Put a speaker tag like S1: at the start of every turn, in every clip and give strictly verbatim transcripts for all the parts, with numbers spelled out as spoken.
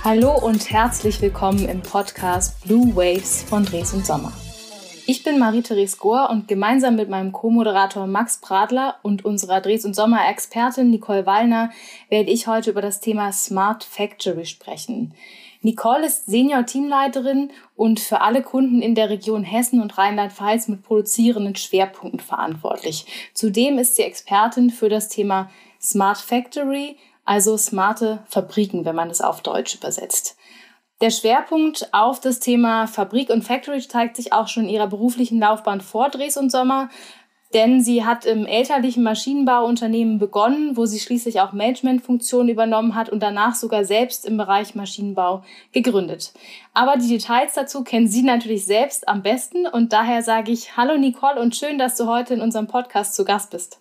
S1: Hallo und herzlich willkommen im Podcast Blue Waves von Dres und Sommer. Ich bin Marie-Therese Gohr und gemeinsam mit meinem Co-Moderator Max Pradler und unserer Dres und Sommer-Expertin Nicole Wallner werde ich heute über das Thema Smart Factory sprechen. Nicole ist Senior-Teamleiterin und für alle Kunden in der Region Hessen und Rheinland-Pfalz mit produzierenden Schwerpunkten verantwortlich. Zudem ist sie Expertin für das Thema Smart Factory, also smarte Fabriken, wenn man es auf Deutsch übersetzt. Der Schwerpunkt auf das Thema Fabrik und Factory zeigt sich auch schon in ihrer beruflichen Laufbahn vor Dres und Sommer, denn sie hat im elterlichen Maschinenbauunternehmen begonnen, wo sie schließlich auch Managementfunktionen übernommen hat und danach sogar selbst im Bereich Maschinenbau gegründet. Aber die Details dazu kennen Sie natürlich selbst am besten und daher sage ich Hallo Nicole und schön, dass du heute in unserem Podcast zu Gast bist.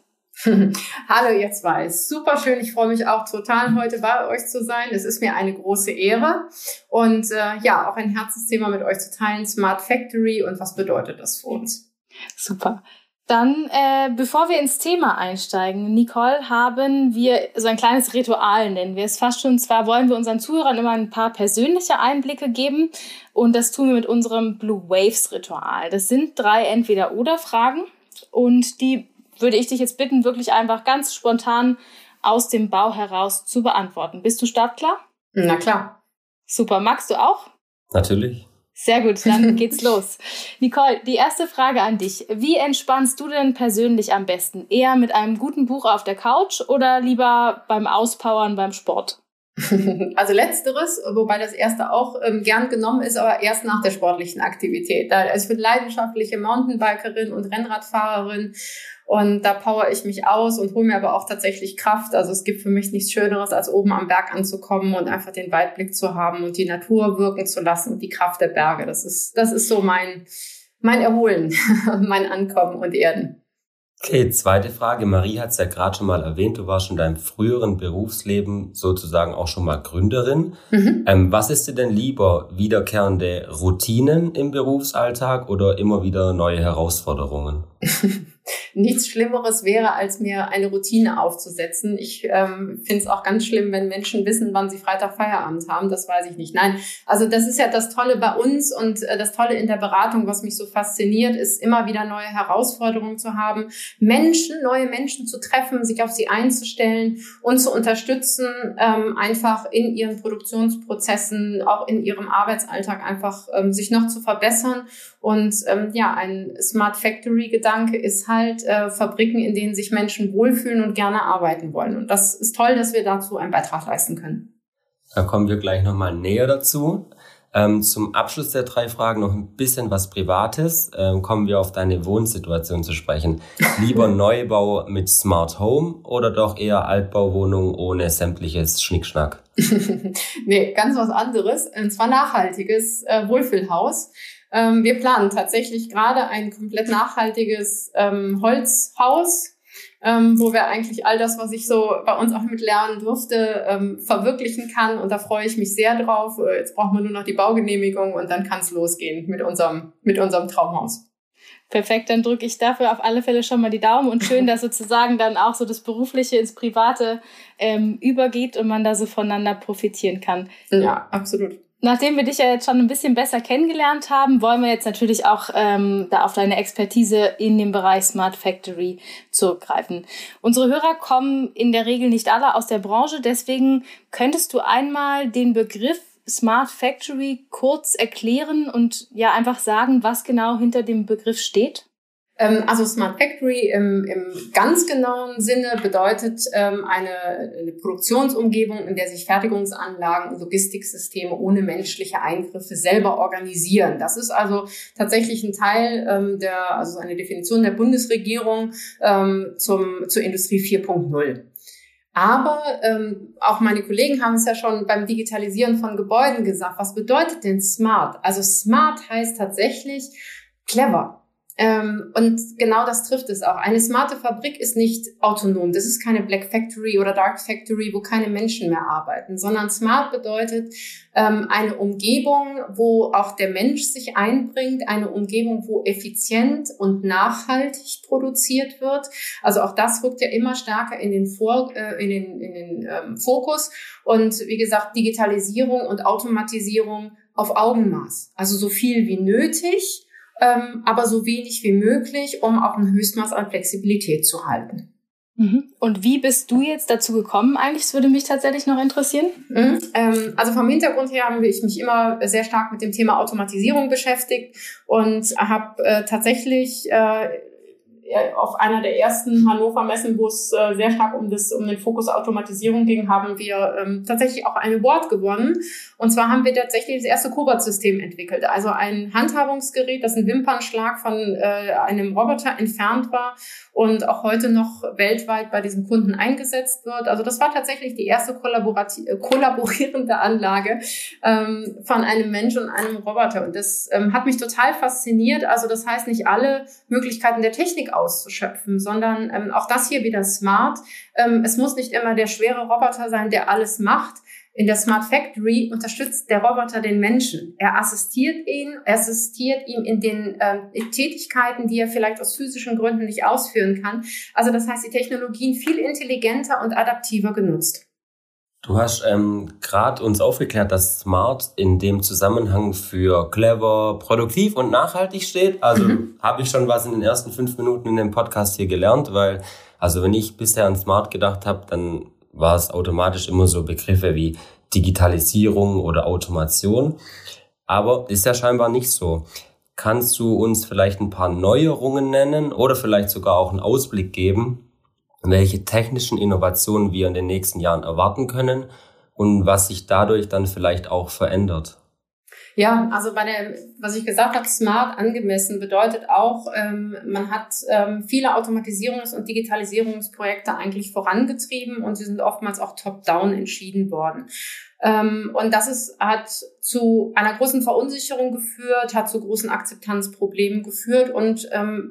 S2: Hallo ihr zwei, super schön. Ich freue mich auch total, heute bei euch zu sein. Es ist mir eine große Ehre und äh, ja, auch ein Herzensthema mit euch zu teilen, Smart Factory und was bedeutet das für uns.
S1: Super. Dann, äh, bevor wir ins Thema einsteigen, Nicole, haben wir so ein kleines Ritual, nennen wir es fast schon. Und zwar wollen wir unseren Zuhörern immer ein paar persönliche Einblicke geben und das tun wir mit unserem Blue Waves Ritual. Das sind drei Entweder-oder-Fragen und die würde ich dich jetzt bitten, wirklich einfach ganz spontan aus dem Bauch heraus zu beantworten. Bist du startklar?
S2: Na klar.
S1: Super. Magst du auch?
S3: Natürlich.
S1: Sehr gut, dann geht's los. Nicole, die erste Frage an dich. Wie entspannst du denn persönlich am besten? Eher mit einem guten Buch auf der Couch oder lieber beim Auspowern beim Sport?
S2: Also letzteres, wobei das erste auch ähm, gern genommen ist, aber erst nach der sportlichen Aktivität. Da, also ich bin leidenschaftliche Mountainbikerin und Rennradfahrerin und da power ich mich aus und hole mir aber auch tatsächlich Kraft. Also es gibt für mich nichts Schöneres, als oben am Berg anzukommen und einfach den Weitblick zu haben und die Natur wirken zu lassen und die Kraft der Berge. Das ist, das ist so mein, mein Erholen, mein Ankommen und Erden.
S3: Okay, zweite Frage. Marie hat es ja gerade schon mal erwähnt, du warst in deinem früheren Berufsleben sozusagen auch schon mal Gründerin. Mhm. Ähm, was ist dir denn lieber, wiederkehrende Routinen im Berufsalltag oder immer wieder neue Herausforderungen?
S2: Nichts Schlimmeres wäre, als mir eine Routine aufzusetzen. Ich ähm, finde es auch ganz schlimm, wenn Menschen wissen, wann sie Freitag Feierabend haben. Das weiß ich nicht. Nein, also das ist ja das Tolle bei uns und äh, das Tolle in der Beratung, was mich so fasziniert, ist immer wieder neue Herausforderungen zu haben, Menschen, neue Menschen zu treffen, sich auf sie einzustellen und zu unterstützen, ähm, einfach in ihren Produktionsprozessen, auch in ihrem Arbeitsalltag einfach ähm, sich noch zu verbessern. Und ähm, ja, ein Smart Factory-Gedanke ist halt äh, Fabriken, in denen sich Menschen wohlfühlen und gerne arbeiten wollen. Und das ist toll, dass wir dazu einen Beitrag leisten können.
S3: Da kommen wir gleich nochmal näher dazu. Ähm, zum Abschluss der drei Fragen noch ein bisschen was Privates. Ähm, kommen wir auf deine Wohnsituation zu sprechen. Lieber Neubau mit Smart Home oder doch eher Altbauwohnung ohne sämtliches Schnickschnack?
S2: Nee, ganz was anderes. Und zwar nachhaltiges äh, Wohlfühlhaus. Ähm, wir planen tatsächlich gerade ein komplett nachhaltiges ähm, Holzhaus, ähm, wo wir eigentlich all das, was ich so bei uns auch mit lernen durfte, ähm, verwirklichen kann. Und da freue ich mich sehr drauf. Jetzt brauchen wir nur noch die Baugenehmigung und dann kann es losgehen mit unserem, mit unserem Traumhaus.
S1: Perfekt, dann drücke ich dafür auf alle Fälle schon mal die Daumen und schön, dass sozusagen dann auch so das Berufliche ins Private ähm, übergeht und man da so voneinander profitieren kann.
S2: Ja, absolut.
S1: Nachdem wir dich ja jetzt schon ein bisschen besser kennengelernt haben, wollen wir jetzt natürlich auch ähm, da auf deine Expertise in dem Bereich Smart Factory zurückgreifen. Unsere Hörer kommen in der Regel nicht alle aus der Branche, deswegen könntest du einmal den Begriff Smart Factory kurz erklären und ja einfach sagen, was genau hinter dem Begriff steht?
S2: Also Smart Factory im, im ganz genauen Sinne bedeutet ähm, eine, eine Produktionsumgebung, in der sich Fertigungsanlagen und Logistiksysteme ohne menschliche Eingriffe selber organisieren. Das ist also tatsächlich ein Teil ähm, der, also eine Definition der Bundesregierung ähm, zum, zur Industrie vier Punkt null. Aber ähm, auch meine Kollegen haben es ja schon beim Digitalisieren von Gebäuden gesagt. Was bedeutet denn smart? Also smart heißt tatsächlich clever. Ähm, und genau das trifft es auch. Eine smarte Fabrik ist nicht autonom. Das ist keine Black Factory oder Dark Factory, wo keine Menschen mehr arbeiten, sondern smart bedeutet ähm, eine Umgebung, wo auch der Mensch sich einbringt, eine Umgebung, wo effizient und nachhaltig produziert wird. Also auch das rückt ja immer stärker in den, Vor- äh, in den, in den ähm, Fokus. Und wie gesagt, Digitalisierung und Automatisierung auf Augenmaß. Also so viel wie nötig, Ähm, aber so wenig wie möglich, um auch ein Höchstmaß an Flexibilität zu halten.
S1: Mhm. Und wie bist du jetzt dazu gekommen eigentlich? Das würde mich tatsächlich noch interessieren.
S2: Mhm. Ähm, also vom Hintergrund her habe ich mich immer sehr stark mit dem Thema Automatisierung beschäftigt und habe äh, tatsächlich äh, auf einer der ersten Hannover Messen, wo es äh, sehr stark um das um den Fokus Automatisierung ging, haben wir ähm, tatsächlich auch ein Award gewonnen. Und zwar haben wir tatsächlich das erste Cobot-System entwickelt. Also ein Handhabungsgerät, das ein Wimpernschlag von äh, einem Roboter entfernt war und auch heute noch weltweit bei diesem Kunden eingesetzt wird. Also das war tatsächlich die erste kollaborati- äh, kollaborierende Anlage ähm, von einem Mensch und einem Roboter. Und das ähm, hat mich total fasziniert. Also das heißt, nicht alle Möglichkeiten der Technik auszuschöpfen, sondern ähm, auch das hier wieder smart. Ähm, es muss nicht immer der schwere Roboter sein, der alles macht. In der Smart Factory unterstützt der Roboter den Menschen. Er assistiert ihn, assistiert ihm in den ähm, Tätigkeiten, die er vielleicht aus physischen Gründen nicht ausführen kann. Also das heißt, die Technologien viel intelligenter und adaptiver genutzt.
S3: Du hast ähm, gerade uns aufgeklärt, dass Smart in dem Zusammenhang für clever, produktiv und nachhaltig steht. Also mhm. habe ich schon was in den ersten fünf Minuten in dem Podcast hier gelernt, weil also wenn ich bisher an Smart gedacht habe, dann war es automatisch immer so Begriffe wie Digitalisierung oder Automation. Aber ist ja scheinbar nicht so. Kannst du uns vielleicht ein paar Neuerungen nennen oder vielleicht sogar auch einen Ausblick geben, welche technischen Innovationen wir in den nächsten Jahren erwarten können und was sich dadurch dann vielleicht auch verändert?
S2: Ja, also bei der, was ich gesagt habe, smart angemessen bedeutet auch, ähm, man hat ähm, viele Automatisierungs- und Digitalisierungsprojekte eigentlich vorangetrieben und sie sind oftmals auch top-down entschieden worden. Ähm, und das ist, hat zu einer großen Verunsicherung geführt, hat zu großen Akzeptanzproblemen geführt und ähm,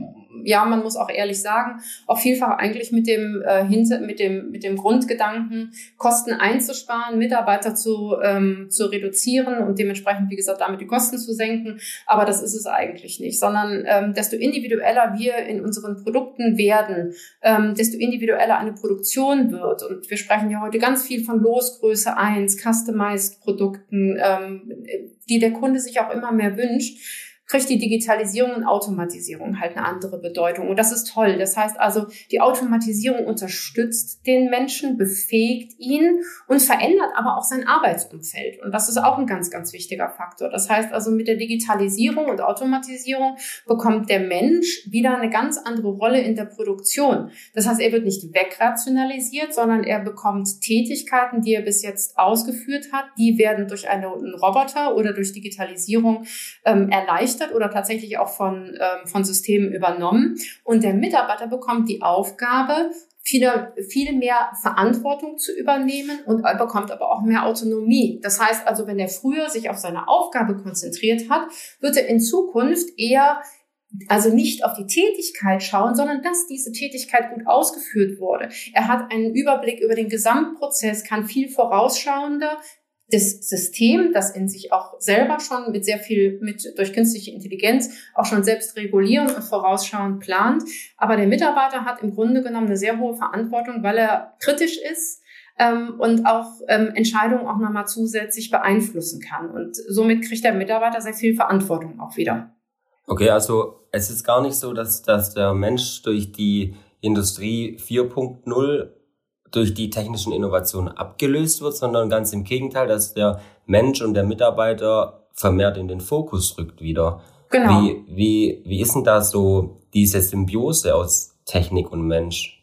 S2: ja, man muss auch ehrlich sagen, auch vielfach eigentlich mit dem äh, hinter, mit dem mit dem Grundgedanken, Kosten einzusparen, Mitarbeiter zu ähm, zu reduzieren und dementsprechend, wie gesagt, damit die Kosten zu senken. Aber das ist es eigentlich nicht, sondern ähm, desto individueller wir in unseren Produkten werden, ähm, desto individueller eine Produktion wird. Und wir sprechen ja heute ganz viel von Losgröße eins, Customized Produkten, ähm, die der Kunde sich auch immer mehr wünscht, kriegt die Digitalisierung und Automatisierung halt eine andere Bedeutung. Und das ist toll. Das heißt also, die Automatisierung unterstützt den Menschen, befähigt ihn und verändert aber auch sein Arbeitsumfeld. Und das ist auch ein ganz, ganz wichtiger Faktor. Das heißt also, mit der Digitalisierung und Automatisierung bekommt der Mensch wieder eine ganz andere Rolle in der Produktion. Das heißt, er wird nicht wegrationalisiert, sondern er bekommt Tätigkeiten, die er bis jetzt ausgeführt hat. Die werden durch eine, einen Roboter oder durch Digitalisierung ähm, erleichtert oder tatsächlich auch von, ähm, von Systemen übernommen. Und der Mitarbeiter bekommt die Aufgabe, viele, viel mehr Verantwortung zu übernehmen und er bekommt aber auch mehr Autonomie. Das heißt also, wenn er früher sich auf seine Aufgabe konzentriert hat, wird er in Zukunft eher also nicht auf die Tätigkeit schauen, sondern dass diese Tätigkeit gut ausgeführt wurde. Er hat einen Überblick über den Gesamtprozess, kann viel vorausschauender das System, das in sich auch selber schon mit sehr viel, mit durch künstliche Intelligenz auch schon selbst regulieren und vorausschauend plant. Aber der Mitarbeiter hat im Grunde genommen eine sehr hohe Verantwortung, weil er kritisch ist ähm, und auch ähm, Entscheidungen auch nochmal zusätzlich beeinflussen kann. Und somit kriegt der Mitarbeiter sehr viel Verantwortung auch wieder.
S3: Okay, also es ist gar nicht so, dass, dass der Mensch durch die Industrie vier Punkt null durch die technischen Innovationen abgelöst wird, sondern ganz im Gegenteil, dass der Mensch und der Mitarbeiter vermehrt in den Fokus rückt wieder.
S2: Genau.
S3: Wie, wie, wie ist denn da so diese Symbiose aus Technik und Mensch?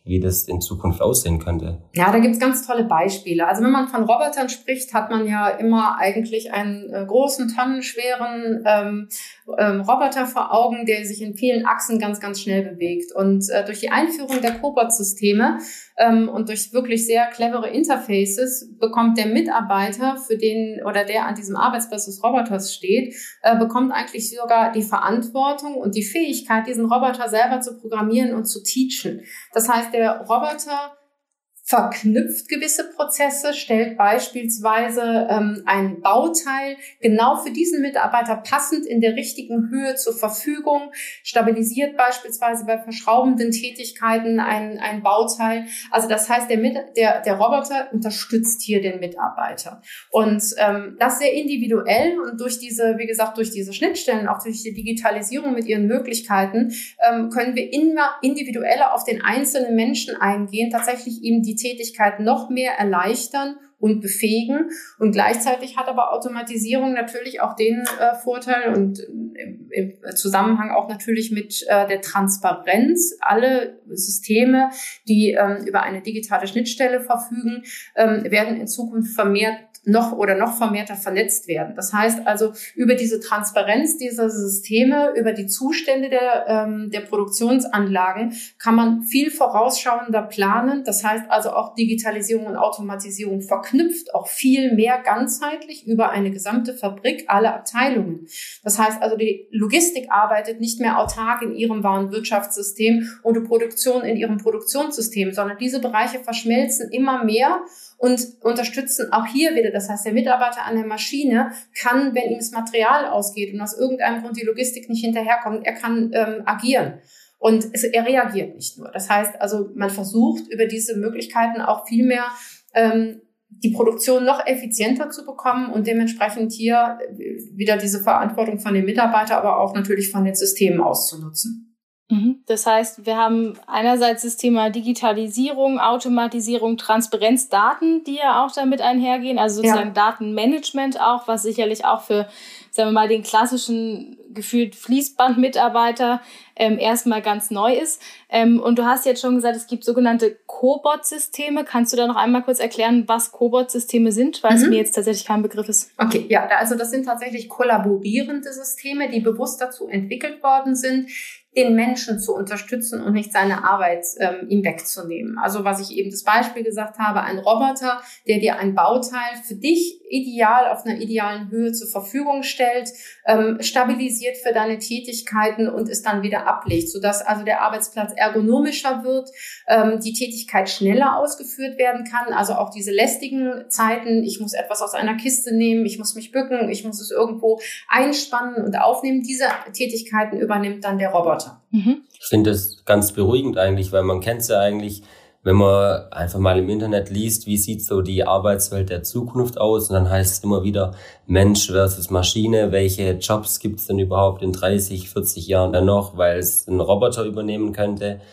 S3: wie das in Zukunft aussehen könnte?
S2: Ja, da gibt's ganz tolle Beispiele. Also wenn man von Robotern spricht, hat man ja immer eigentlich einen äh, großen, tonnenschweren ähm, ähm, Roboter vor Augen, der sich in vielen Achsen ganz, ganz schnell bewegt. Und äh, durch die Einführung der Cobot-Systeme ähm, und durch wirklich sehr clevere Interfaces bekommt der Mitarbeiter, für den oder der an diesem Arbeitsplatz des Roboters steht, äh, bekommt eigentlich sogar die Verantwortung und die Fähigkeit, diesen Roboter selber zu programmieren und zu teachen. Das heißt, der Roboter verknüpft gewisse Prozesse, stellt beispielsweise ähm, ein Bauteil genau für diesen Mitarbeiter passend in der richtigen Höhe zur Verfügung, stabilisiert beispielsweise bei verschraubenden Tätigkeiten ein, ein Bauteil. Also das heißt, der, Mit- der, der Roboter unterstützt hier den Mitarbeiter. Und ähm, das sehr individuell und durch diese, wie gesagt, durch diese Schnittstellen, auch durch die Digitalisierung mit ihren Möglichkeiten, ähm, können wir immer individueller auf den einzelnen Menschen eingehen, tatsächlich ihm die Tätigkeit noch mehr erleichtern und befähigen. Und gleichzeitig hat aber Automatisierung natürlich auch den äh, Vorteil und im, im Zusammenhang auch natürlich mit äh, der Transparenz. Alle Systeme, die ähm, über eine digitale Schnittstelle verfügen, ähm, werden in Zukunft vermehrt noch oder noch vermehrter vernetzt werden. Das heißt also, über diese Transparenz dieser Systeme, über die Zustände der, ähm, der Produktionsanlagen kann man viel vorausschauender planen. Das heißt also auch Digitalisierung und Automatisierung verknüpft auch viel mehr ganzheitlich über eine gesamte Fabrik, alle Abteilungen. Das heißt also, die Logistik arbeitet nicht mehr autark in ihrem Warenwirtschaftssystem und die Produktion in ihrem Produktionssystem, sondern diese Bereiche verschmelzen immer mehr und unterstützen auch hier wieder. Das heißt, der Mitarbeiter an der Maschine kann, wenn ihm das Material ausgeht und aus irgendeinem Grund die Logistik nicht hinterherkommt, er kann ähm, agieren. Und es, er reagiert nicht nur. Das heißt also, man versucht über diese Möglichkeiten auch viel mehr ähm, die Produktion noch effizienter zu bekommen und dementsprechend hier wieder diese Verantwortung von den Mitarbeitern, aber auch natürlich von den Systemen auszunutzen.
S1: Das heißt, wir haben einerseits das Thema Digitalisierung, Automatisierung, Transparenz, Daten, die ja auch damit einhergehen, also sozusagen ja. Datenmanagement auch, was sicherlich auch für, sagen wir mal, den klassischen gefühlt Fließbandmitarbeiter ähm, erstmal ganz neu ist. Ähm, und du hast jetzt schon gesagt, es gibt sogenannte Cobot-Systeme. Kannst du da noch einmal kurz erklären, was Cobot-Systeme sind, weil mhm. es mir jetzt tatsächlich kein Begriff ist?
S2: Okay, ja, also das sind tatsächlich kollaborierende Systeme, die bewusst dazu entwickelt worden sind, den Menschen zu unterstützen und nicht seine Arbeit ähm, ihm wegzunehmen. Also was ich eben das Beispiel gesagt habe, ein Roboter, der dir ein Bauteil für dich ideal auf einer idealen Höhe zur Verfügung stellt, ähm, stabilisiert für deine Tätigkeiten und es dann wieder ablegt, sodass also der Arbeitsplatz ergonomischer wird, ähm, die Tätigkeit schneller ausgeführt werden kann, also auch diese lästigen Zeiten, ich muss etwas aus einer Kiste nehmen, ich muss mich bücken, ich muss es irgendwo einspannen und aufnehmen, diese Tätigkeiten übernimmt dann der Roboter.
S3: Mhm. Ich finde das ganz beruhigend eigentlich, weil man kennt es ja eigentlich, wenn man einfach mal im Internet liest, wie sieht so die Arbeitswelt der Zukunft aus, und dann heißt es immer wieder Mensch versus Maschine, welche Jobs gibt es denn überhaupt in dreißig, vierzig Jahren dann noch, weil es ein Roboter übernehmen könnte.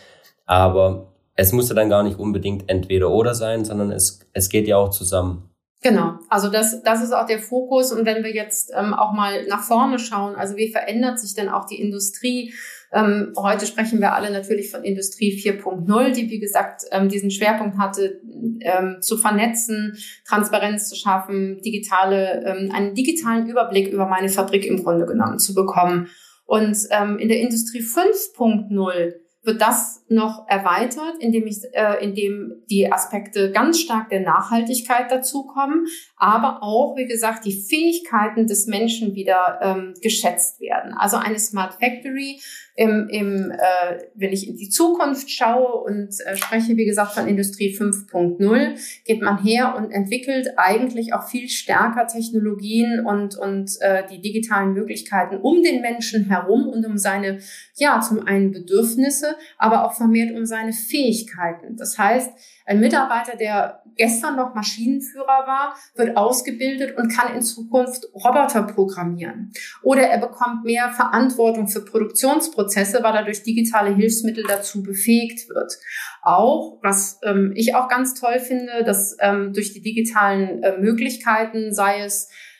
S3: Aber es muss ja dann gar nicht unbedingt entweder oder sein, sondern es, es geht ja auch zusammen.
S2: Genau, also das, das ist auch der Fokus. Und wenn wir jetzt ähm, auch mal nach vorne schauen, also wie verändert sich denn auch die Industrie? Ähm, heute sprechen wir alle natürlich von Industrie vier Punkt null, die, wie gesagt, ähm, diesen Schwerpunkt hatte, ähm, zu vernetzen, Transparenz zu schaffen, digitale, ähm, einen digitalen Überblick über meine Fabrik im Grunde genommen zu bekommen. Und ähm, in der Industrie fünf Punkt null wird das noch erweitert, indem ich, äh, indem die Aspekte ganz stark der Nachhaltigkeit dazukommen, aber auch, wie gesagt, die Fähigkeiten des Menschen wieder ähm, geschätzt werden. Also eine Smart Factory, im, im, äh, wenn ich in die Zukunft schaue und äh, spreche, wie gesagt, von Industrie fünf Punkt null, geht man her und entwickelt eigentlich auch viel stärker Technologien und, und äh, die digitalen Möglichkeiten um den Menschen herum und um seine, ja, zum einen Bedürfnisse, aber auch vermehrt um seine Fähigkeiten. Das heißt, ein Mitarbeiter, der gestern noch Maschinenführer war, wird ausgebildet und kann in Zukunft Roboter programmieren. Oder er bekommt mehr Verantwortung für Produktionsprozesse, weil er durch digitale Hilfsmittel dazu befähigt wird. Auch, was ähm, ich auch ganz toll finde, dass ähm, durch die digitalen äh, Möglichkeiten, sei es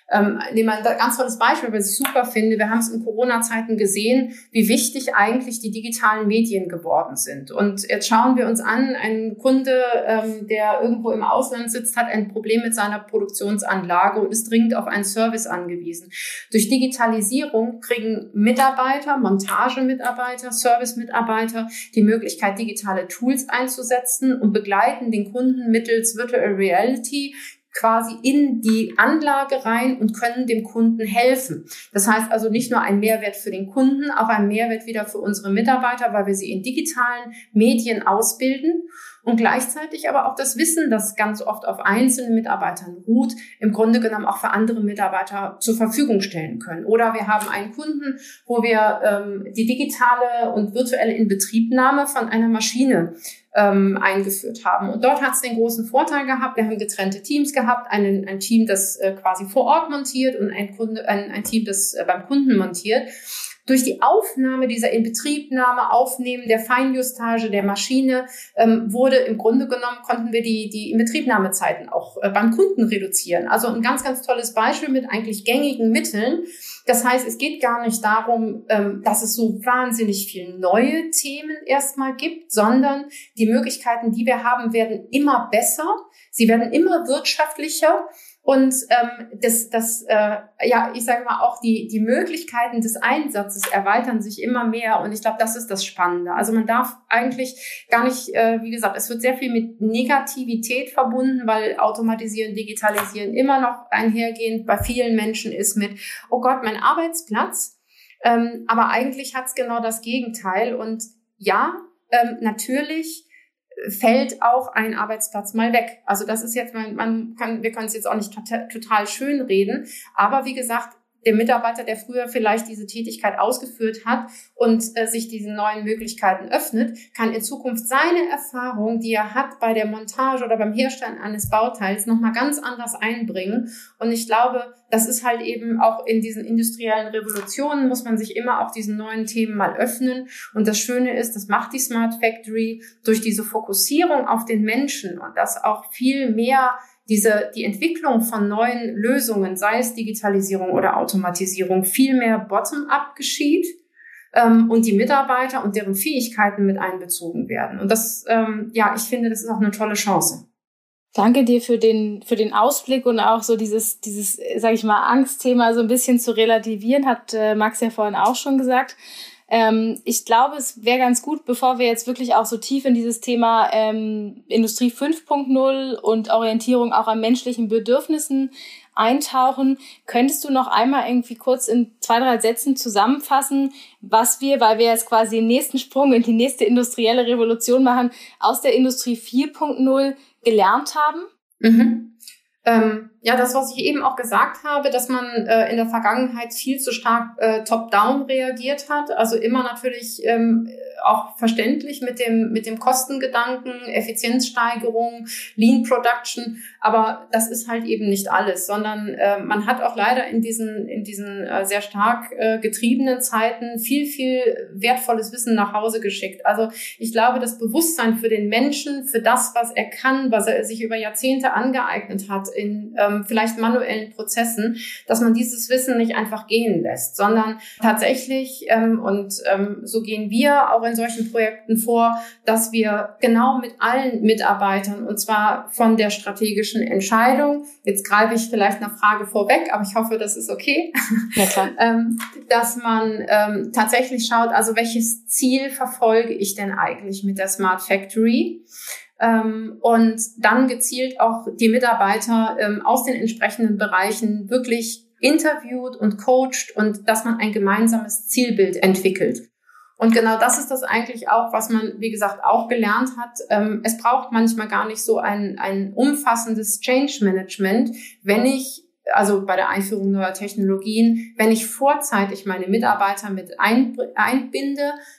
S2: Ähm, nehmen wir ein ganz tolles Beispiel, was ich super finde. Wir haben es in Corona-Zeiten gesehen, wie wichtig eigentlich die digitalen Medien geworden sind. Und jetzt schauen wir uns an, ein Kunde, ähm, der irgendwo im Ausland sitzt, hat ein Problem mit seiner Produktionsanlage und ist dringend auf einen Service angewiesen. Durch Digitalisierung kriegen Mitarbeiter, Montagemitarbeiter, Servicemitarbeiter die Möglichkeit, digitale Tools einzusetzen und begleiten den Kunden mittels Virtual Reality quasi in die Anlage rein und können dem Kunden helfen. Das heißt also nicht nur ein Mehrwert für den Kunden, auch ein Mehrwert wieder für unsere Mitarbeiter, weil wir sie in digitalen Medien ausbilden und gleichzeitig aber auch das Wissen, das ganz oft auf einzelnen Mitarbeitern ruht, im Grunde genommen auch für andere Mitarbeiter zur Verfügung stellen können. Oder wir haben einen Kunden, wo wir ähm, die digitale und virtuelle Inbetriebnahme von einer Maschine ähm, eingeführt haben. Und dort hat es den großen Vorteil gehabt, wir haben getrennte Teams gehabt, einen, ein Team, das äh, quasi vor Ort montiert und ein, Kunde, ein, ein Team, das äh, beim Kunden montiert. Durch die Aufnahme dieser Inbetriebnahme, Aufnehmen der Feinjustage der Maschine ähm, wurde im Grunde genommen, konnten wir die, die Inbetriebnahmezeiten auch äh, beim Kunden reduzieren. Also ein ganz, ganz tolles Beispiel mit eigentlich gängigen Mitteln. Das heißt, es geht gar nicht darum, ähm, dass es so wahnsinnig viele neue Themen erstmal gibt, sondern die Möglichkeiten, die wir haben, werden immer besser. Sie werden immer wirtschaftlicher. Und ähm, das, das, äh, ja, ich sage mal auch die die Möglichkeiten des Einsatzes erweitern sich immer mehr. Und ich glaube, das ist das Spannende. Also man darf eigentlich gar nicht, äh, wie gesagt, es wird sehr viel mit Negativität verbunden, weil Automatisieren, Digitalisieren immer noch einhergehend bei vielen Menschen ist mit, oh Gott, mein Arbeitsplatz. Ähm, aber eigentlich hat es genau das Gegenteil. Und ja, ähm, natürlich fällt auch ein Arbeitsplatz mal weg. Also das ist jetzt, man, man kann, wir können es jetzt auch nicht total, total schön reden, aber wie gesagt, der Mitarbeiter, der früher vielleicht diese Tätigkeit ausgeführt hat und äh, sich diesen neuen Möglichkeiten öffnet, kann in Zukunft seine Erfahrung, die er hat bei der Montage oder beim Herstellen eines Bauteils, nochmal ganz anders einbringen. Und ich glaube, das ist halt eben auch in diesen industriellen Revolutionen, muss man sich immer auch diesen neuen Themen mal öffnen. Und das Schöne ist, das macht die Smart Factory durch diese Fokussierung auf den Menschen und das auch viel mehr diese, die Entwicklung von neuen Lösungen, sei es Digitalisierung oder Automatisierung, viel mehr bottom-up geschieht, ähm, und die Mitarbeiter und deren Fähigkeiten mit einbezogen werden. Und das, ähm, ja, ich finde, das ist auch eine tolle Chance.
S1: Danke dir für den, für den Ausblick und auch so dieses, dieses, sag ich mal, Angstthema so ein bisschen zu relativieren, hat äh, Max ja vorhin auch schon gesagt. Ähm, ich glaube, es wäre ganz gut, bevor wir jetzt wirklich auch so tief in dieses Thema ähm, Industrie fünf Punkt null und Orientierung auch an menschlichen Bedürfnissen eintauchen, könntest du noch einmal irgendwie kurz in zwei, drei Sätzen zusammenfassen, was wir, weil wir jetzt quasi den nächsten Sprung in die nächste industrielle Revolution machen, aus der Industrie vier Punkt null gelernt haben?
S2: Mhm. Ähm, ja, das, was ich eben auch gesagt habe, dass man äh, in der Vergangenheit viel zu stark äh, top-down reagiert hat, also immer natürlich ähm, auch verständlich mit dem mit dem Kostengedanken, Effizienzsteigerung, Lean Production, aber das ist halt eben nicht alles, sondern äh, man hat auch leider in diesen in diesen äh, sehr stark äh, getriebenen Zeiten viel viel wertvolles Wissen nach Hause geschickt. Also ich glaube, das Bewusstsein für den Menschen, für das, was er kann, was er sich über Jahrzehnte angeeignet hat in ähm, vielleicht manuellen Prozessen, dass man dieses Wissen nicht einfach gehen lässt, sondern tatsächlich ähm, und ähm, so gehen wir auch in solchen Projekten vor, dass wir genau mit allen Mitarbeitern, und zwar von der strategischen Entscheidung, jetzt greife ich vielleicht eine Frage vorweg, aber ich hoffe, das ist okay,
S1: ja, klar.
S2: ähm, dass man ähm, tatsächlich schaut, also welches Ziel verfolge ich denn eigentlich mit der Smart Factory? Ähm, und dann gezielt auch die Mitarbeiter ähm, aus den entsprechenden Bereichen wirklich interviewt und coacht und dass man ein gemeinsames Zielbild entwickelt. Und genau das ist das eigentlich auch, was man, wie gesagt, auch gelernt hat. Ähm, es braucht manchmal gar nicht so ein, ein umfassendes Change Management, wenn ich, also bei der Einführung neuer Technologien, wenn ich vorzeitig meine Mitarbeiter mit einbinde,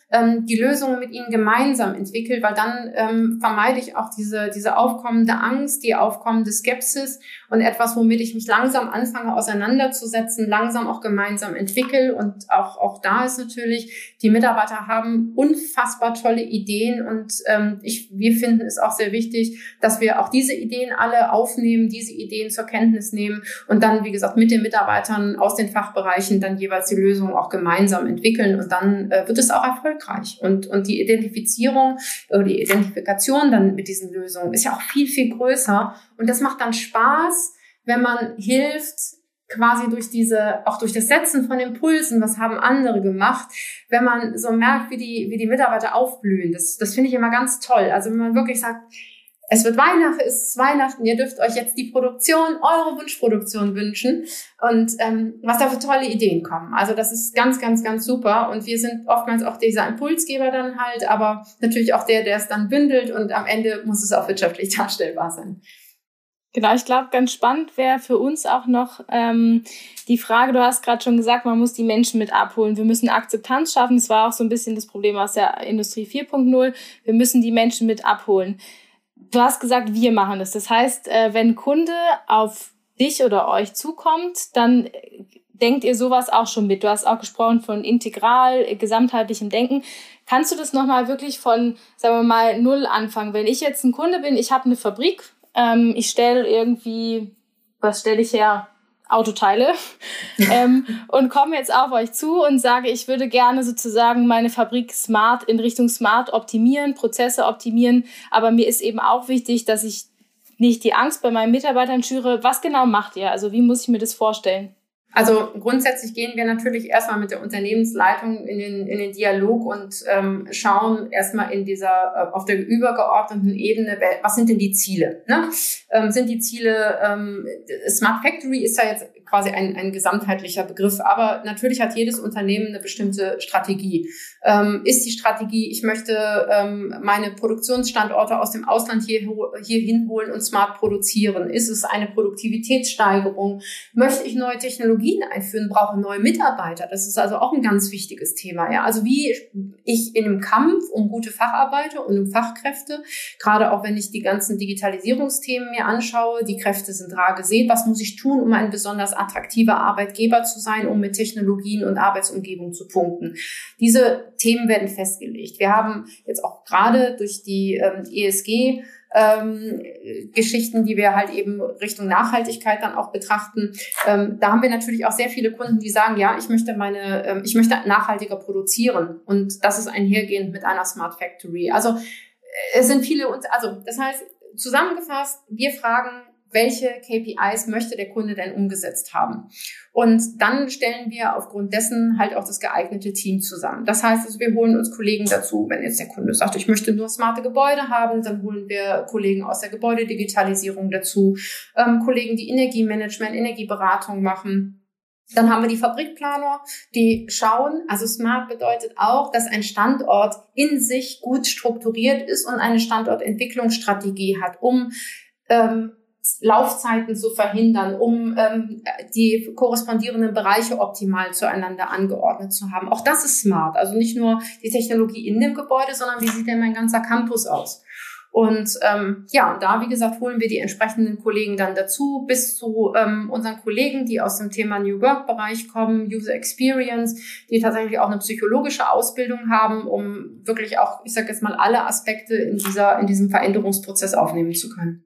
S2: ähm, die Lösungen mit ihnen gemeinsam entwickle, weil dann ähm, vermeide ich auch diese, diese aufkommende Angst, die aufkommende Skepsis und etwas, womit ich mich langsam anfange auseinanderzusetzen, langsam auch gemeinsam entwickle. Und auch, auch da ist natürlich, die Mitarbeiter haben unfassbar tolle Ideen und ähm, ich, wir finden es auch sehr wichtig, dass wir auch diese Ideen alle aufnehmen, diese Ideen zur Kenntnis nehmen und dann, wie gesagt, mit den Mitarbeitern aus den Fachbereichen dann jeweils die Lösungen auch gemeinsam entwickeln und dann äh, wird es auch erfolgreich. Und, und die Identifizierung oder die Identifikation dann mit diesen Lösungen ist ja auch viel, viel größer und das macht dann Spaß, wenn man hilft, quasi durch diese, auch durch das Setzen von Impulsen, was haben andere gemacht, wenn man so merkt, wie die, wie die Mitarbeiter aufblühen. Das, das finde ich immer ganz toll. Also wenn man wirklich sagt, es wird Weihnachten, es ist Weihnachten, ihr dürft euch jetzt die Produktion, eure Wunschproduktion wünschen und ähm, was da für tolle Ideen kommen. Also das ist ganz, ganz, ganz super und wir sind oftmals auch dieser Impulsgeber dann halt, aber natürlich auch der, der es dann bündelt und am Ende muss es auch wirtschaftlich darstellbar sein.
S1: Genau, ich glaube, ganz spannend wäre für uns auch noch ähm, die Frage, du hast gerade schon gesagt, man muss die Menschen mit abholen. Wir müssen Akzeptanz schaffen. Das war auch so ein bisschen das Problem aus der Industrie vier Punkt null. Wir müssen die Menschen mit abholen. Du hast gesagt, wir machen das. Das heißt, äh, wenn ein Kunde auf dich oder euch zukommt, dann denkt ihr sowas auch schon mit. Du hast auch gesprochen von integral, gesamtheitlichem Denken. Kannst du das nochmal wirklich von, sagen wir mal, null anfangen? Wenn ich jetzt ein Kunde bin, ich habe eine Fabrik, Ähm, ich stelle irgendwie, was stelle ich her? Autoteile ähm, und komme jetzt auf euch zu und sage, ich würde gerne sozusagen meine Fabrik smart in Richtung smart optimieren, Prozesse optimieren, aber mir ist eben auch wichtig, dass ich nicht die Angst bei meinen Mitarbeitern schüre. Was genau macht ihr? Also wie muss ich mir das vorstellen?
S2: Also grundsätzlich gehen wir natürlich erstmal mit der Unternehmensleitung in den, in den Dialog und ähm, schauen erstmal in dieser, äh, auf der übergeordneten Ebene, was sind denn die Ziele? Ne? Ähm, sind die Ziele, ähm, Smart Factory ist ja jetzt quasi ein, ein gesamtheitlicher Begriff, aber natürlich hat jedes Unternehmen eine bestimmte Strategie. Ähm, ist die Strategie, ich möchte ähm, meine Produktionsstandorte aus dem Ausland hier, hier hinholen und smart produzieren? Ist es eine Produktivitätssteigerung? Möchte ich neue Technologien einführen, brauche neue Mitarbeiter. Das ist also auch ein ganz wichtiges Thema. Ja, also wie ich in einem Kampf um gute Facharbeiter und um Fachkräfte, gerade auch wenn ich die ganzen Digitalisierungsthemen mir anschaue, die Kräfte sind rar gesät. Was muss ich tun, um ein besonders attraktiver Arbeitgeber zu sein, um mit Technologien und Arbeitsumgebung zu punkten? Diese Themen werden festgelegt. Wir haben jetzt auch gerade durch die ähm, E S G Ähm, Geschichten, die wir halt eben Richtung Nachhaltigkeit dann auch betrachten. Ähm, da haben wir natürlich auch sehr viele Kunden, die sagen, ja, ich möchte meine, ähm, ich möchte nachhaltiger produzieren und das ist einhergehend mit einer Smart Factory. Also es sind viele, also das heißt, zusammengefasst, wir fragen, welche K P Is möchte der Kunde denn umgesetzt haben? Und dann stellen wir aufgrund dessen halt auch das geeignete Team zusammen. Das heißt, also wir holen uns Kollegen dazu. Wenn jetzt der Kunde sagt, ich möchte nur smarte Gebäude haben, dann holen wir Kollegen aus der Gebäudedigitalisierung dazu, ähm, Kollegen, die Energiemanagement, Energieberatung machen. Dann haben wir die Fabrikplaner, die schauen, also smart bedeutet auch, dass ein Standort in sich gut strukturiert ist und eine Standortentwicklungsstrategie hat, um ähm, Laufzeiten zu verhindern, um ähm, die korrespondierenden Bereiche optimal zueinander angeordnet zu haben. Auch das ist smart. Also nicht nur die Technologie in dem Gebäude, sondern wie sieht denn mein ganzer Campus aus? Und ähm, ja, und da, wie gesagt, holen wir die entsprechenden Kollegen dann dazu, bis zu ähm, unseren Kollegen, die aus dem Thema New Work-Bereich kommen, User Experience, die tatsächlich auch eine psychologische Ausbildung haben, um wirklich auch, ich sage jetzt mal, alle Aspekte in dieser in diesem Veränderungsprozess aufnehmen zu können.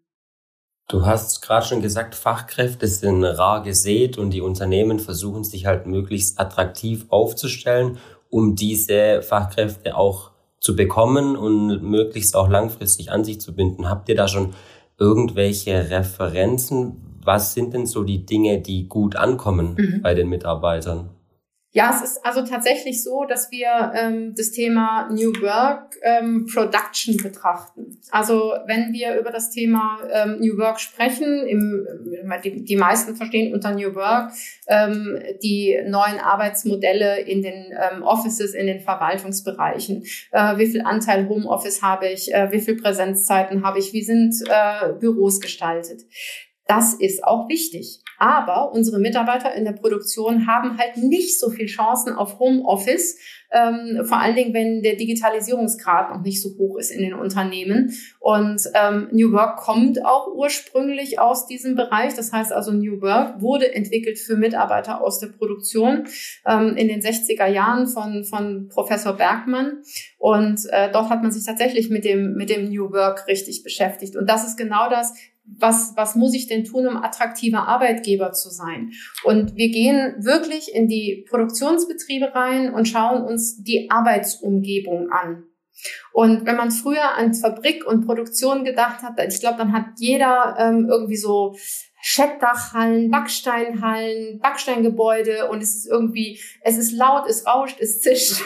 S3: Du hast gerade schon gesagt, Fachkräfte sind rar gesät und die Unternehmen versuchen sich halt möglichst attraktiv aufzustellen, um diese Fachkräfte auch zu bekommen und möglichst auch langfristig an sich zu binden. Habt ihr da schon irgendwelche Referenzen? Was sind denn so die Dinge, die gut ankommen mhm. bei den Mitarbeitern?
S2: Ja, es ist also tatsächlich so, dass wir ähm, das Thema New Work ähm, Production betrachten. Also wenn wir über das Thema ähm, New Work sprechen, im, die, die meisten verstehen unter New Work ähm, die neuen Arbeitsmodelle in den ähm, Offices, in den Verwaltungsbereichen. Äh, wie viel Anteil Homeoffice habe ich? Äh, wie viel Präsenzzeiten habe ich? Wie sind äh, Büros gestaltet? Das ist auch wichtig. Aber unsere Mitarbeiter in der Produktion haben halt nicht so viel Chancen auf Homeoffice, ähm, vor allen Dingen, wenn der Digitalisierungsgrad noch nicht so hoch ist in den Unternehmen. Und ähm, New Work kommt auch ursprünglich aus diesem Bereich. Das heißt also, New Work wurde entwickelt für Mitarbeiter aus der Produktion ähm, in den sechziger Jahren von, von Professor Bergmann. Und äh, dort hat man sich tatsächlich mit dem, mit dem New Work richtig beschäftigt. Und das ist genau das, Was, was muss ich denn tun, um attraktiver Arbeitgeber zu sein? Und wir gehen wirklich in die Produktionsbetriebe rein und schauen uns die Arbeitsumgebung an. Und wenn man früher an Fabrik und Produktion gedacht hat, ich glaube, dann hat jeder ähm, irgendwie so Scheckdachhallen, Backsteinhallen, Backsteingebäude und es ist irgendwie, es ist laut, es rauscht, es zischt.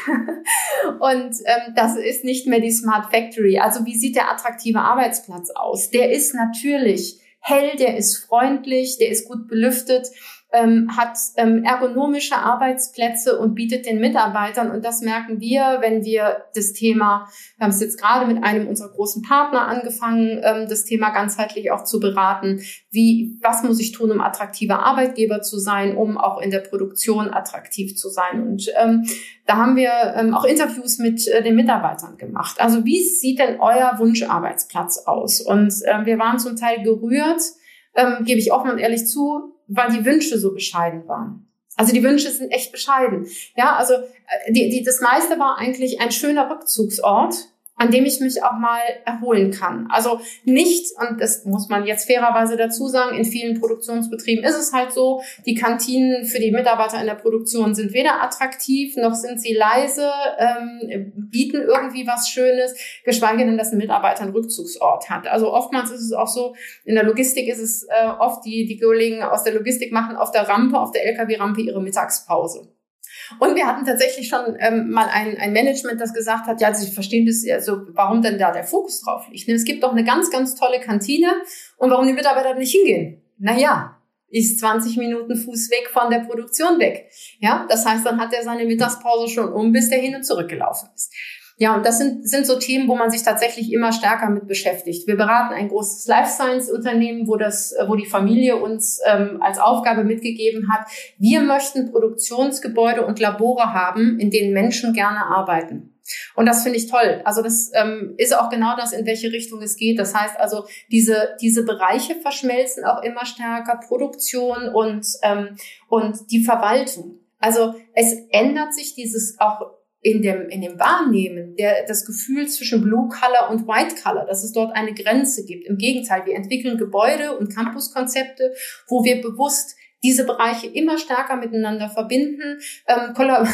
S2: Und ähm, das ist nicht mehr die Smart Factory. Also wie sieht der attraktive Arbeitsplatz aus? Der ist natürlich hell, der ist freundlich, der ist gut belüftet, ähm, hat ähm, ergonomische Arbeitsplätze und bietet den Mitarbeitern, und das merken wir, wenn wir das Thema, wir haben es jetzt gerade mit einem unserer großen Partner angefangen, ähm, das Thema ganzheitlich auch zu beraten, wie, was muss ich tun, um attraktiver Arbeitgeber zu sein, um auch in der Produktion attraktiv zu sein. Und ähm, da haben wir ähm, auch Interviews mit äh, den Mitarbeitern gemacht. Also wie sieht denn euer Wunscharbeitsplatz aus? Und äh, wir waren zum Teil gerührt, ähm, gebe ich offen und ehrlich zu, weil die Wünsche so bescheiden waren. Also die Wünsche sind echt bescheiden. Ja, also die, die, das meiste war eigentlich ein schöner Rückzugsort, an dem ich mich auch mal erholen kann. Also nicht, und das muss man jetzt fairerweise dazu sagen, in vielen Produktionsbetrieben ist es halt so, die Kantinen für die Mitarbeiter in der Produktion sind weder attraktiv, noch sind sie leise, ähm, bieten irgendwie was Schönes, geschweige denn, dass ein Mitarbeiter einen Rückzugsort hat. Also oftmals ist es auch so, in der Logistik ist es äh, oft, die, die Kollegen aus der Logistik machen auf der Rampe, auf der L K W-Rampe ihre Mittagspause. Und wir hatten tatsächlich schon ähm, mal ein, ein Management, das gesagt hat, ja, Sie verstehen das, also warum denn da der Fokus drauf liegt. Es gibt doch eine ganz, ganz tolle Kantine und warum die Mitarbeiter nicht hingehen? Naja, ist zwanzig Minuten Fuß weg von der Produktion weg. Ja, das heißt, dann hat er seine Mittagspause schon um, bis der hin und zurück gelaufen ist. Ja, und das sind, sind so Themen, wo man sich tatsächlich immer stärker mit beschäftigt. Wir beraten ein großes Life Science Unternehmen, wo das, wo die Familie uns ähm, als Aufgabe mitgegeben hat. Wir möchten Produktionsgebäude und Labore haben, in denen Menschen gerne arbeiten. Und das finde ich toll. Also das ähm, ist auch genau das, in welche Richtung es geht. Das heißt also, diese diese Bereiche verschmelzen auch immer stärker, Produktion und ähm, und die Verwaltung. Also es ändert sich dieses auch in dem, in dem Wahrnehmen, der, das Gefühl zwischen Blue Color und White Color, dass es dort eine Grenze gibt. Im Gegenteil, wir entwickeln Gebäude und Campuskonzepte, wo wir bewusst diese Bereiche immer stärker miteinander verbinden, ähm, Kollab-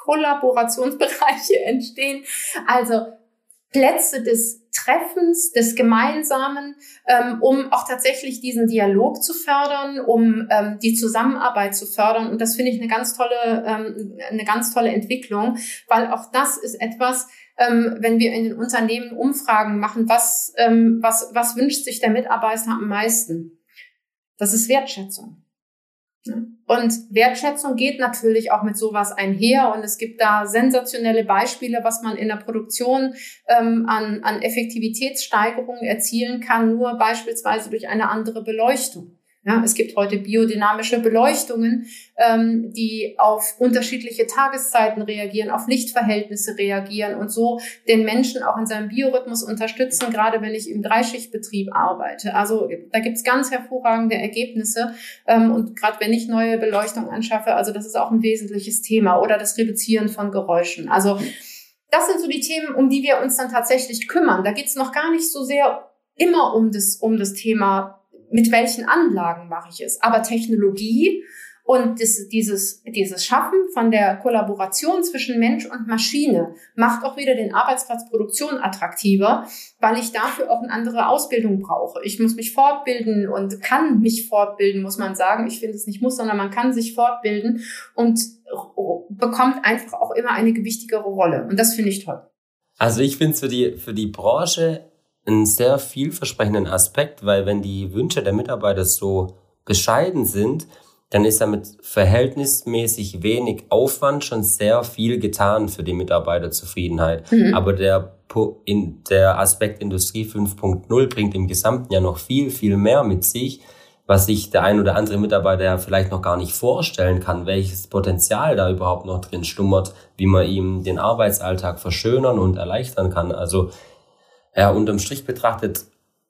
S2: Kollaborationsbereiche entstehen, also Plätze des Treffens, des Gemeinsamen, ähm, um auch tatsächlich diesen Dialog zu fördern, um ähm, die Zusammenarbeit zu fördern. Und das finde ich eine ganz tolle, ähm, eine ganz tolle Entwicklung, weil auch das ist etwas, ähm, wenn wir in den Unternehmen Umfragen machen, was, ähm, was, was wünscht sich der Mitarbeiter am meisten? Das ist Wertschätzung. Und Wertschätzung geht natürlich auch mit sowas einher, und es gibt da sensationelle Beispiele, was man in der Produktion ähm, an, an Effektivitätssteigerungen erzielen kann, nur beispielsweise durch eine andere Beleuchtung. Ja, es gibt heute biodynamische Beleuchtungen, ähm, die auf unterschiedliche Tageszeiten reagieren, auf Lichtverhältnisse reagieren und so den Menschen auch in seinem Biorhythmus unterstützen, gerade wenn ich im Dreischichtbetrieb arbeite. Also da gibt's ganz hervorragende Ergebnisse, ähm, und gerade wenn ich neue Beleuchtung anschaffe, also das ist auch ein wesentliches Thema, oder das Reduzieren von Geräuschen. Also das sind so die Themen, um die wir uns dann tatsächlich kümmern. Da geht's noch gar nicht so sehr immer um das, um das Thema, mit welchen Anlagen mache ich es. Aber Technologie und das, dieses, dieses Schaffen von der Kollaboration zwischen Mensch und Maschine macht auch wieder den Arbeitsplatz Produktion attraktiver, weil ich dafür auch eine andere Ausbildung brauche. Ich muss mich fortbilden und kann mich fortbilden, muss man sagen. Ich finde es nicht muss, sondern man kann sich fortbilden und bekommt einfach auch immer eine gewichtigere Rolle. Und das finde ich toll.
S3: Also ich finde es für die, für die Branche einen sehr vielversprechenden Aspekt, weil wenn die Wünsche der Mitarbeiter so bescheiden sind, dann ist damit verhältnismäßig wenig Aufwand schon sehr viel getan für die Mitarbeiterzufriedenheit. Mhm. Aber der, in, der Aspekt Industrie fünf Punkt null bringt im Gesamten ja noch viel, viel mehr mit sich, was sich der ein oder andere Mitarbeiter ja vielleicht noch gar nicht vorstellen kann, welches Potenzial da überhaupt noch drin schlummert, wie man ihm den Arbeitsalltag verschönern und erleichtern kann. Also ja, unterm Strich betrachtet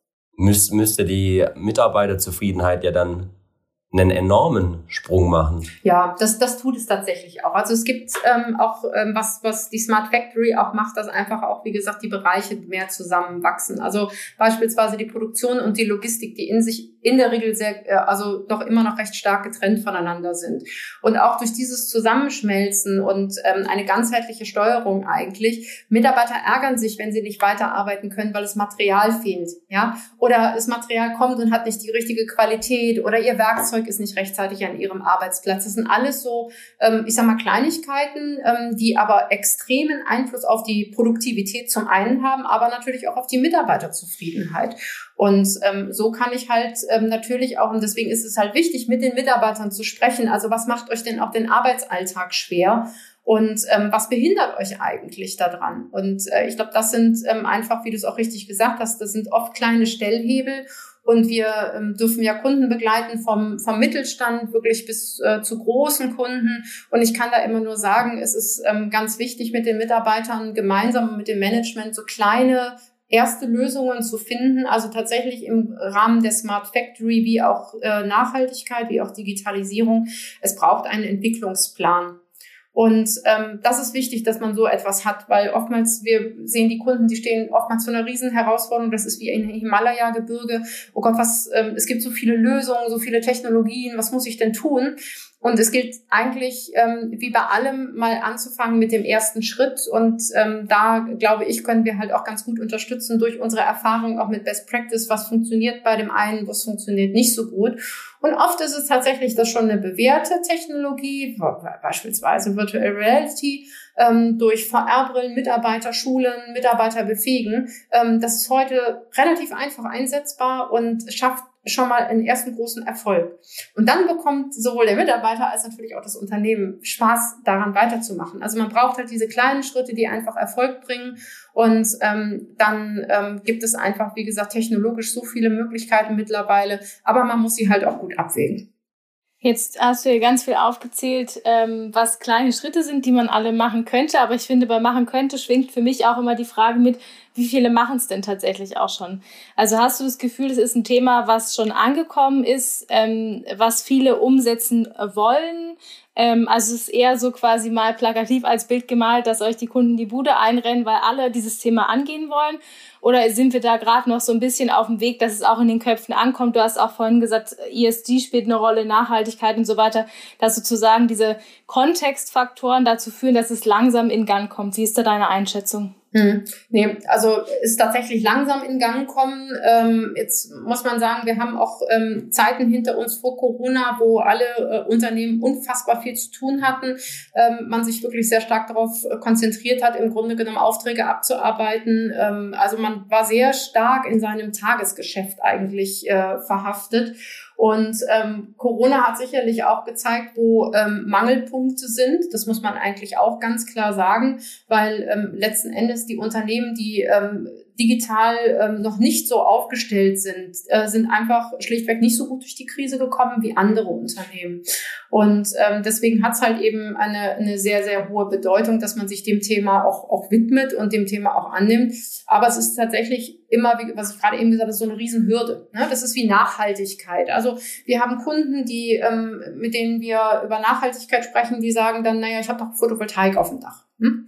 S3: müß, müsste die Mitarbeiterzufriedenheit ja dann einen enormen Sprung machen.
S2: Ja, das, das tut es tatsächlich auch. Also es gibt ähm, auch, ähm, was, was die Smart Factory auch macht, dass einfach auch, wie gesagt, die Bereiche mehr zusammenwachsen. Also beispielsweise die Produktion und die Logistik, die in sich in der Regel sehr, äh, also doch immer noch recht stark getrennt voneinander sind. Und auch durch dieses Zusammenschmelzen und ähm, eine ganzheitliche Steuerung eigentlich, Mitarbeiter ärgern sich, wenn sie nicht weiterarbeiten können, weil das Material fehlt, ja, oder das Material kommt und hat nicht die richtige Qualität oder ihr Werkzeug ist nicht rechtzeitig an ihrem Arbeitsplatz. Das sind alles so, ähm, ich sag mal, Kleinigkeiten, ähm, die aber extremen Einfluss auf die Produktivität zum einen haben, aber natürlich auch auf die Mitarbeiterzufriedenheit. Und ähm, so kann ich halt ähm, natürlich auch, und deswegen ist es halt wichtig, mit den Mitarbeitern zu sprechen. Also was macht euch denn auch den Arbeitsalltag schwer? Und ähm, was behindert euch eigentlich daran? Und äh, ich glaube, das sind ähm, einfach, wie du es auch richtig gesagt hast, das sind oft kleine Stellhebel. Und wir ähm, dürfen ja Kunden begleiten vom, vom Mittelstand wirklich bis äh, zu großen Kunden. Und ich kann da immer nur sagen, es ist ähm, ganz wichtig, mit den Mitarbeitern gemeinsam mit dem Management so kleine erste Lösungen zu finden, also tatsächlich im Rahmen der Smart Factory wie auch äh, Nachhaltigkeit, wie auch Digitalisierung. Es braucht einen Entwicklungsplan. Und ähm, das ist wichtig, dass man so etwas hat, weil oftmals, wir sehen die Kunden, die stehen oftmals vor einer riesen Herausforderung, das ist wie im Himalaya-Gebirge. Oh Gott, was, ähm, es gibt so viele Lösungen, so viele Technologien, was muss ich denn tun? Und es gilt eigentlich, ähm, wie bei allem, mal anzufangen mit dem ersten Schritt. Und ähm, da, glaube ich, können wir halt auch ganz gut unterstützen durch unsere Erfahrung auch mit Best Practice, was funktioniert bei dem einen, was funktioniert nicht so gut. Und oft ist es tatsächlich das schon eine bewährte Technologie, beispielsweise Virtual Reality, ähm, durch V R-Brillen Mitarbeiter schulen, Mitarbeiter befähigen. Ähm, das ist heute relativ einfach einsetzbar und schafft schon mal einen ersten großen Erfolg. Und dann bekommt sowohl der Mitarbeiter als natürlich auch das Unternehmen Spaß, daran weiterzumachen. Also man braucht halt diese kleinen Schritte, die einfach Erfolg bringen. Und ähm, dann ähm, gibt es einfach, wie gesagt, technologisch so viele Möglichkeiten mittlerweile. Aber man muss sie halt auch gut abwägen.
S1: Jetzt hast du ja ganz viel aufgezählt, ähm, was kleine Schritte sind, die man alle machen könnte. Aber ich finde, bei machen könnte schwingt für mich auch immer die Frage mit, wie viele machen es denn tatsächlich auch schon? Also hast du das Gefühl, es ist ein Thema, was schon angekommen ist, ähm, was viele umsetzen wollen? Ähm, also es ist eher so quasi mal plakativ als Bild gemalt, dass euch die Kunden die Bude einrennen, weil alle dieses Thema angehen wollen? Oder sind wir da gerade noch so ein bisschen auf dem Weg, dass es auch in den Köpfen ankommt? Du hast auch vorhin gesagt, E S G spielt eine Rolle, Nachhaltigkeit und so weiter, dass sozusagen diese Kontextfaktoren dazu führen, dass es langsam in Gang kommt. Wie ist da deine Einschätzung?
S2: Hm. Nee, also ist tatsächlich langsam in Gang kommen. Ähm, jetzt muss man sagen, wir haben auch ähm, Zeiten hinter uns vor Corona, wo alle äh, Unternehmen unfassbar viel zu tun hatten. Ähm, man sich wirklich sehr stark darauf konzentriert hat, im Grunde genommen Aufträge abzuarbeiten. Ähm, also man war sehr stark in seinem Tagesgeschäft eigentlich äh, verhaftet. Und ähm, Corona hat sicherlich auch gezeigt, wo ähm, Mangelpunkte sind. Das muss man eigentlich auch ganz klar sagen, weil ähm, letzten Endes die Unternehmen, die ähm, digital ähm, noch nicht so aufgestellt sind, äh, sind einfach schlichtweg nicht so gut durch die Krise gekommen wie andere Unternehmen. Und ähm, deswegen hat es halt eben eine, eine sehr, sehr hohe Bedeutung, dass man sich dem Thema auch, auch widmet und dem Thema auch annimmt. Aber es ist tatsächlich immer, wie, was ich gerade eben gesagt habe, so eine Riesenhürde. Ne? Das ist wie Nachhaltigkeit. Also wir haben Kunden, die ähm, mit denen wir über Nachhaltigkeit sprechen, die sagen dann, naja, ich habe doch Photovoltaik auf dem Dach. Hm?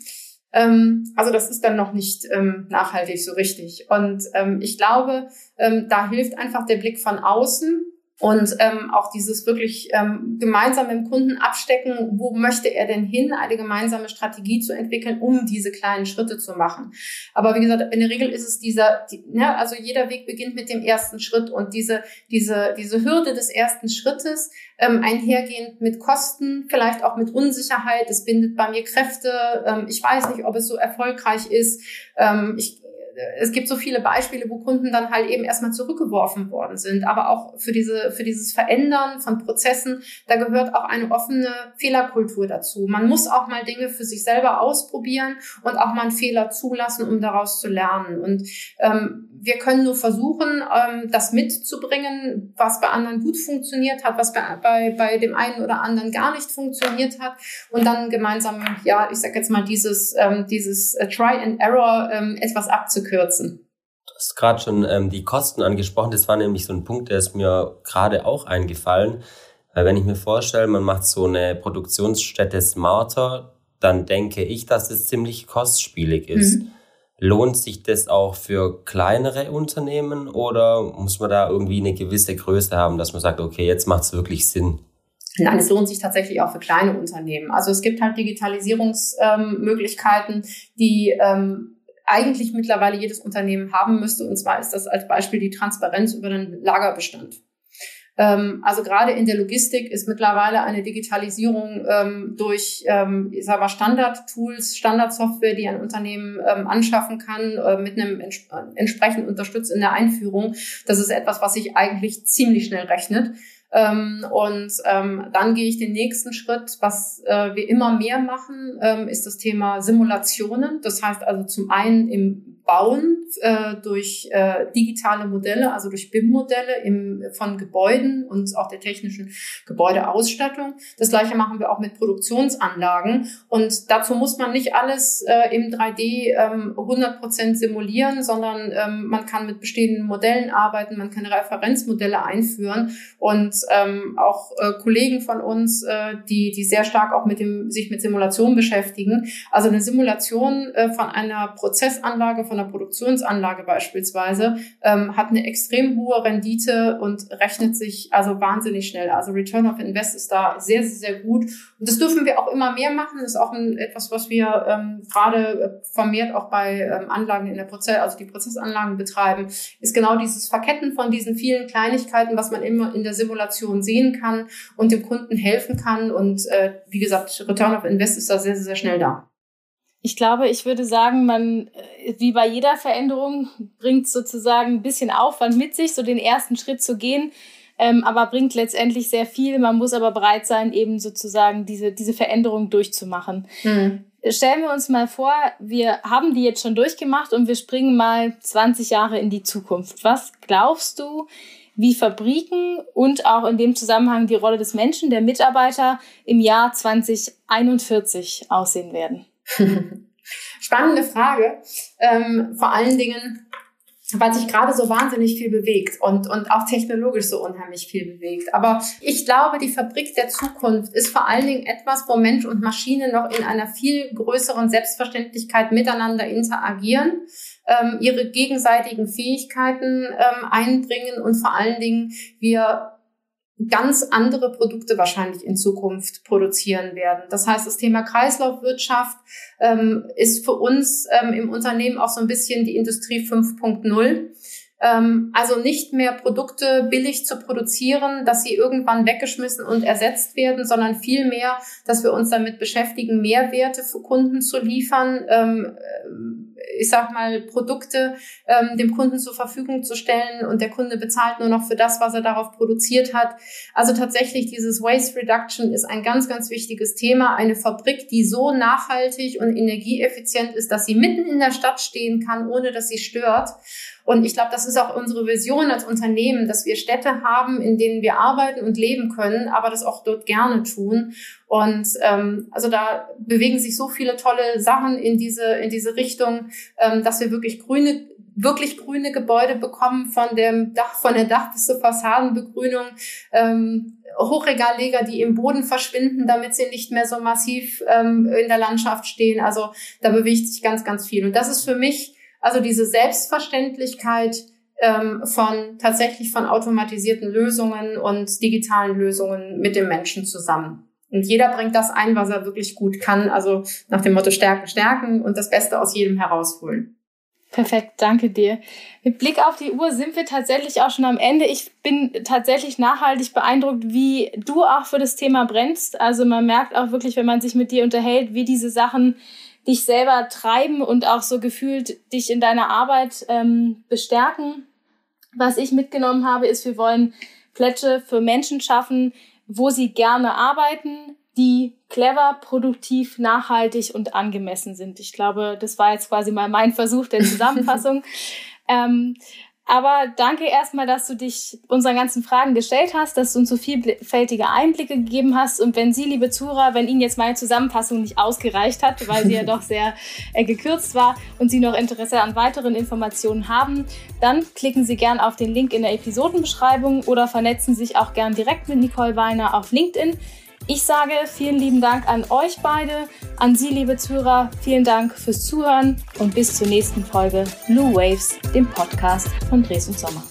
S2: Ähm, also das ist dann noch nicht ähm, nachhaltig so richtig. Und ähm, ich glaube, ähm, da hilft einfach der Blick von außen. Und ähm, auch dieses wirklich ähm, gemeinsam mit dem Kunden abstecken, wo möchte er denn hin, eine gemeinsame Strategie zu entwickeln, um diese kleinen Schritte zu machen. Aber wie gesagt, in der Regel ist es dieser, die, ne, also jeder Weg beginnt mit dem ersten Schritt und diese diese diese Hürde des ersten Schrittes, ähm, einhergehend mit Kosten, vielleicht auch mit Unsicherheit, es bindet bei mir Kräfte, ähm, ich weiß nicht, ob es so erfolgreich ist, ähm, ich es gibt so viele Beispiele, wo Kunden dann halt eben erstmal zurückgeworfen worden sind. Aber auch für diese, für dieses Verändern von Prozessen, da gehört auch eine offene Fehlerkultur dazu. Man muss auch mal Dinge für sich selber ausprobieren und auch mal einen Fehler zulassen, um daraus zu lernen. Und ähm, wir können nur versuchen, ähm, das mitzubringen, was bei anderen gut funktioniert hat, was bei, bei, bei dem einen oder anderen gar nicht funktioniert hat und dann gemeinsam, ja, ich sag jetzt mal, dieses, ähm, dieses Try and Error ähm, etwas abzukürzen.
S3: Du hast gerade schon ähm, die Kosten angesprochen. Das war nämlich so ein Punkt, der ist mir gerade auch eingefallen. Weil wenn ich mir vorstelle, man macht so eine Produktionsstätte smarter, dann denke ich, dass es ziemlich kostspielig ist. Mhm. Lohnt sich das auch für kleinere Unternehmen oder muss man da irgendwie eine gewisse Größe haben, dass man sagt, okay, jetzt macht es wirklich Sinn?
S2: Nein, es lohnt sich tatsächlich auch für kleine Unternehmen. Also es gibt halt Digitalisierungsmöglichkeiten, ähm, die ähm, eigentlich mittlerweile jedes Unternehmen haben müsste. Und zwar ist das als Beispiel die Transparenz über den Lagerbestand. Ähm, also gerade in der Logistik ist mittlerweile eine Digitalisierung ähm, durch ähm, ich sag mal Standard-Tools, Standardsoftware, die ein Unternehmen ähm, anschaffen kann, äh, mit einem ents- entsprechend unterstützt in der Einführung. Das ist etwas, was sich eigentlich ziemlich schnell rechnet. Ähm, und ähm, dann gehe ich den nächsten Schritt, was äh, wir immer mehr machen, ähm, ist das Thema Simulationen. Das heißt also zum einen im Bauen äh, durch äh, digitale Modelle, also durch B I M-Modelle im, von Gebäuden und auch der technischen Gebäudeausstattung. Das Gleiche machen wir auch mit Produktionsanlagen. Und dazu muss man nicht alles äh, im drei D ähm, hundert Prozent simulieren, sondern ähm, man kann mit bestehenden Modellen arbeiten, man kann Referenzmodelle einführen und ähm, auch äh, Kollegen von uns, äh, die die sehr stark auch mit dem sich mit Simulation beschäftigen. Also eine Simulation äh, von einer Prozessanlage, von einer Produktionsanlage beispielsweise, ähm, hat eine extrem hohe Rendite und rechnet sich also wahnsinnig schnell. Also Return of Invest ist da sehr, sehr, sehr gut. Und das dürfen wir auch immer mehr machen. Das ist auch ein, etwas, was wir ähm, gerade vermehrt auch bei ähm, Anlagen in der Prozess, also die Prozessanlagen betreiben, ist genau dieses Verketten von diesen vielen Kleinigkeiten, was man immer in der Simulation sehen kann und dem Kunden helfen kann. Und äh, wie gesagt, Return of Invest ist da sehr, sehr, sehr schnell da.
S1: Ich glaube, ich würde sagen, man, wie bei jeder Veränderung, bringt sozusagen ein bisschen Aufwand mit sich, so den ersten Schritt zu gehen, ähm, aber bringt letztendlich sehr viel. Man muss aber bereit sein, eben sozusagen diese, diese Veränderung durchzumachen. Mhm. Stellen wir uns mal vor, wir haben die jetzt schon durchgemacht und wir springen mal zwanzig Jahre in die Zukunft. Was glaubst du, wie Fabriken und auch in dem Zusammenhang die Rolle des Menschen, der Mitarbeiter im Jahr zwanzig einundvierzig aussehen werden?
S2: Spannende Frage. Ähm, vor allen Dingen, weil sich gerade so wahnsinnig viel bewegt und, und auch technologisch so unheimlich viel bewegt. Aber ich glaube, die Fabrik der Zukunft ist vor allen Dingen etwas, wo Mensch und Maschine noch in einer viel größeren Selbstverständlichkeit miteinander interagieren, ähm, ihre gegenseitigen Fähigkeiten ähm, einbringen und vor allen Dingen wir ganz andere Produkte wahrscheinlich in Zukunft produzieren werden. Das heißt, das Thema Kreislaufwirtschaft ähm, ist für uns ähm, im Unternehmen auch so ein bisschen die Industrie fünf Punkt null. Ähm, also nicht mehr Produkte billig zu produzieren, dass sie irgendwann weggeschmissen und ersetzt werden, sondern vielmehr, dass wir uns damit beschäftigen, Mehrwerte für Kunden zu liefern, ähm, ich sag mal, Produkte ähm, dem Kunden zur Verfügung zu stellen und der Kunde bezahlt nur noch für das, was er darauf produziert hat. Also tatsächlich dieses Waste Reduction ist ein ganz, ganz wichtiges Thema. Eine Fabrik, die so nachhaltig und energieeffizient ist, dass sie mitten in der Stadt stehen kann, ohne dass sie stört. Und ich glaube, das ist auch unsere Vision als Unternehmen, dass wir Städte haben, in denen wir arbeiten und leben können, aber das auch dort gerne tun. Und ähm, also da bewegen sich so viele tolle Sachen in diese in diese Richtung, ähm, dass wir wirklich grüne wirklich grüne Gebäude bekommen, von dem Dach, von der Dach bis zur Fassadenbegrünung, ähm, Hochregalleger, die im Boden verschwinden, damit sie nicht mehr so massiv ähm, in der Landschaft stehen. Also da bewegt sich ganz, ganz viel. Und das ist für mich also diese Selbstverständlichkeit ähm, von tatsächlich von automatisierten Lösungen und digitalen Lösungen mit dem Menschen zusammen. Und jeder bringt das ein, was er wirklich gut kann. Also nach dem Motto Stärken, Stärken und das Beste aus jedem herausholen.
S1: Perfekt, danke dir. Mit Blick auf die Uhr sind wir tatsächlich auch schon am Ende. Ich bin tatsächlich nachhaltig beeindruckt, wie du auch für das Thema brennst. Also man merkt auch wirklich, wenn man sich mit dir unterhält, wie diese Sachen dich selber treiben und auch so gefühlt dich in deiner Arbeit ähm, bestärken. Was ich mitgenommen habe, ist, wir wollen Plätze für Menschen schaffen, wo sie gerne arbeiten, die clever, produktiv, nachhaltig und angemessen sind. Ich glaube, das war jetzt quasi mal mein Versuch der Zusammenfassung. Ähm, aber danke erstmal, dass du dich unseren ganzen Fragen gestellt hast, dass du uns so vielfältige Einblicke gegeben hast. Und wenn Sie, liebe Zuhörer, wenn Ihnen jetzt meine Zusammenfassung nicht ausgereicht hat, weil sie ja doch sehr äh, gekürzt war und Sie noch Interesse an weiteren Informationen haben, dann klicken Sie gern auf den Link in der Episodenbeschreibung oder vernetzen sich auch gern direkt mit Nicole Weiner auf LinkedIn. Ich sage vielen lieben Dank an euch beide, an Sie, liebe Zuhörer, vielen Dank fürs Zuhören und bis zur nächsten Folge Blue Waves, dem Podcast von Dres und Sommer.